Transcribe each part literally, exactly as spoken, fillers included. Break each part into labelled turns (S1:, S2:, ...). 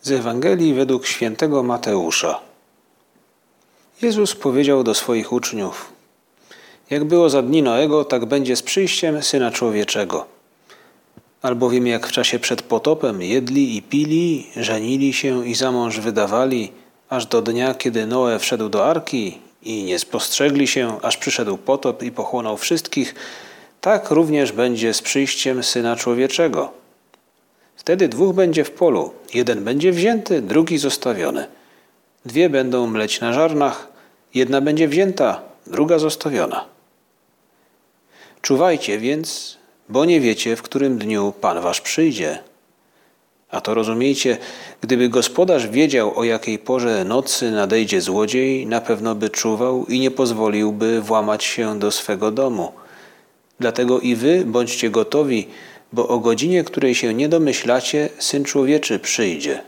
S1: Z Ewangelii według świętego Mateusza. Jezus powiedział do swoich uczniów: jak było za dni Noego, tak będzie z przyjściem Syna Człowieczego. Albowiem jak w czasie przed potopem jedli i pili, żenili się i za mąż wydawali, aż do dnia, kiedy Noe wszedł do arki i nie spostrzegli się, aż przyszedł potop i pochłonął wszystkich, tak również będzie z przyjściem Syna Człowieczego. Wtedy dwóch będzie w polu, jeden będzie wzięty, drugi zostawiony. Dwie będą mleć na żarnach, jedna będzie wzięta, druga zostawiona. Czuwajcie więc, bo nie wiecie, w którym dniu Pan wasz przyjdzie. A to rozumiejcie, gdyby gospodarz wiedział, o jakiej porze nocy nadejdzie złodziej, na pewno by czuwał i nie pozwoliłby włamać się do swego domu. Dlatego i wy bądźcie gotowi, bo o godzinie, której się nie domyślacie, Syn Człowieczy przyjdzie.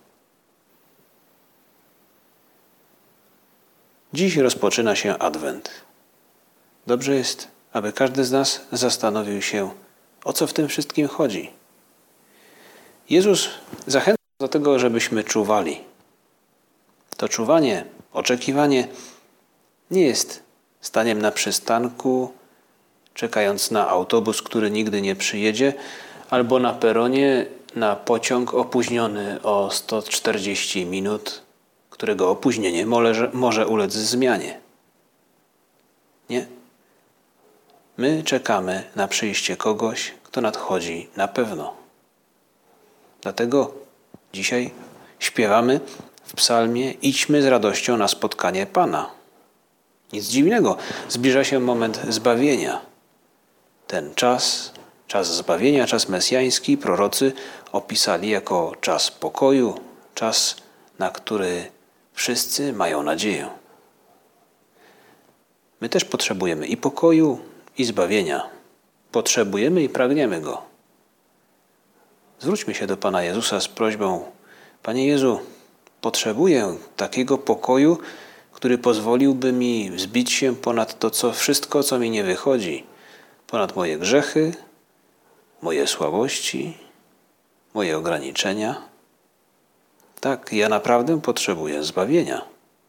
S1: Dziś rozpoczyna się Adwent. Dobrze jest, aby każdy z nas zastanowił się, o co w tym wszystkim chodzi. Jezus zachęca do tego, żebyśmy czuwali. To czuwanie, oczekiwanie nie jest staniem na przystanku, czekając na autobus, który nigdy nie przyjedzie, albo na peronie na pociąg opóźniony o sto czterdzieści minut, którego opóźnienie może, może ulec zmianie. Nie. My czekamy na przyjście kogoś, kto nadchodzi na pewno. Dlatego dzisiaj śpiewamy w psalmie: idźmy z radością na spotkanie Pana. Nic dziwnego, zbliża się moment zbawienia. Ten czas, czas zbawienia, czas mesjański, prorocy opisali jako czas pokoju, czas, na który wszyscy mają nadzieję. My też potrzebujemy i pokoju, i zbawienia. Potrzebujemy i pragniemy Go. Zwróćmy się do Pana Jezusa z prośbą: Panie Jezu, potrzebuję takiego pokoju, który pozwoliłby mi wzbić się ponad to co, wszystko, co mi nie wychodzi, ponad moje grzechy, moje słabości, moje ograniczenia. Tak, ja naprawdę potrzebuję zbawienia.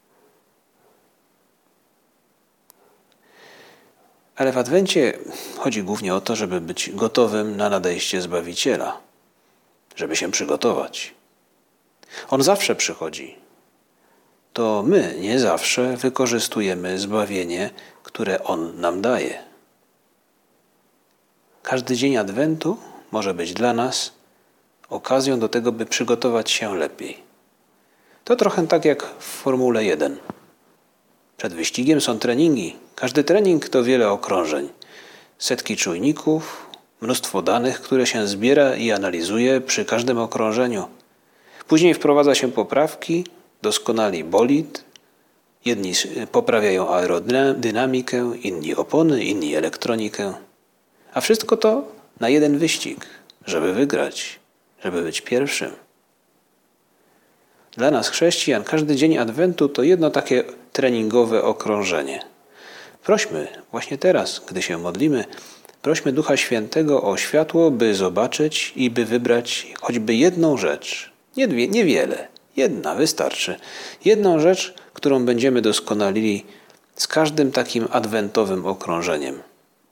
S1: Ale w Adwencie chodzi głównie o to, żeby być gotowym na nadejście Zbawiciela, żeby się przygotować. On zawsze przychodzi. To my nie zawsze wykorzystujemy zbawienie, które On nam daje. Każdy dzień Adwentu może być dla nas okazją do tego, by przygotować się lepiej. To trochę tak jak w Formule jeden. Przed wyścigiem są treningi. Każdy trening to wiele okrążeń. Setki czujników, mnóstwo danych, które się zbiera i analizuje przy każdym okrążeniu. Później wprowadza się poprawki, doskonali bolid. Jedni poprawiają aerodynamikę, inni opony, inni elektronikę. A wszystko to na jeden wyścig, żeby wygrać, żeby być pierwszym. Dla nas, chrześcijan, każdy dzień Adwentu to jedno takie treningowe okrążenie. Prośmy właśnie teraz, gdy się modlimy, prośmy Ducha Świętego o światło, by zobaczyć i by wybrać choćby jedną rzecz. Nie dwie, niewiele. Jedna wystarczy. Jedną rzecz, którą będziemy doskonalili z każdym takim adwentowym okrążeniem.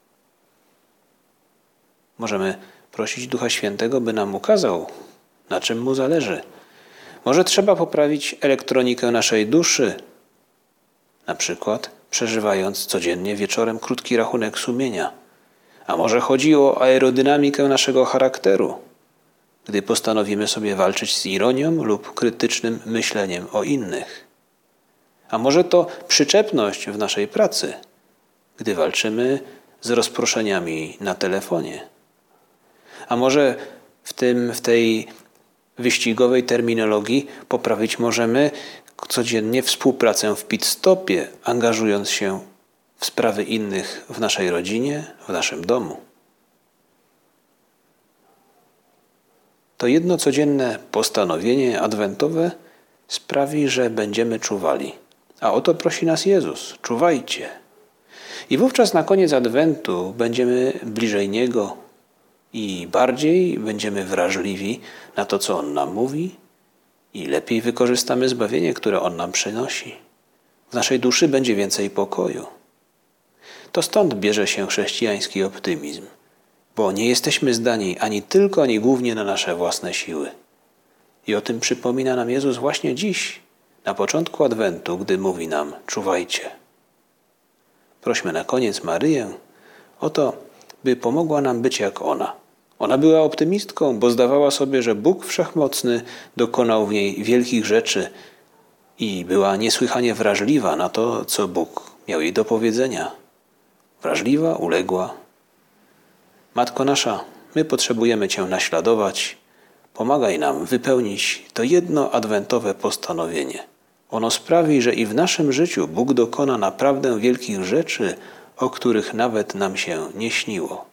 S1: Możemy prosić Ducha Świętego, by nam ukazał, na czym Mu zależy. Może trzeba poprawić elektronikę naszej duszy, na przykład przeżywając codziennie wieczorem krótki rachunek sumienia. A może chodzi o aerodynamikę naszego charakteru, gdy postanowimy sobie walczyć z ironią lub krytycznym myśleniem o innych. A może to przyczepność w naszej pracy, gdy walczymy z rozproszeniami na telefonie. A może w tym, w tej wyścigowej terminologii poprawić możemy codziennie współpracę w pit-stopie, angażując się w sprawy innych w naszej rodzinie, w naszym domu. To jedno codzienne postanowienie adwentowe sprawi, że będziemy czuwali. A o to prosi nas Jezus: czuwajcie. I wówczas na koniec Adwentu będziemy bliżej Niego i bardziej będziemy wrażliwi na to, co On nam mówi i lepiej wykorzystamy zbawienie, które On nam przynosi. W naszej duszy będzie więcej pokoju. To stąd bierze się chrześcijański optymizm, bo nie jesteśmy zdani ani tylko, ani głównie na nasze własne siły. I o tym przypomina nam Jezus właśnie dziś, na początku Adwentu, gdy mówi nam: czuwajcie. Prośmy na koniec Maryję o to, by pomogła nam być jak ona. Ona była optymistką, bo zdawała sobie, że Bóg Wszechmocny dokonał w niej wielkich rzeczy i była niesłychanie wrażliwa na to, co Bóg miał jej do powiedzenia. Wrażliwa, uległa. Matko nasza, my potrzebujemy Cię naśladować. Pomagaj nam wypełnić to jedno adwentowe postanowienie. Ono sprawi, że i w naszym życiu Bóg dokona naprawdę wielkich rzeczy, o których nawet nam się nie śniło.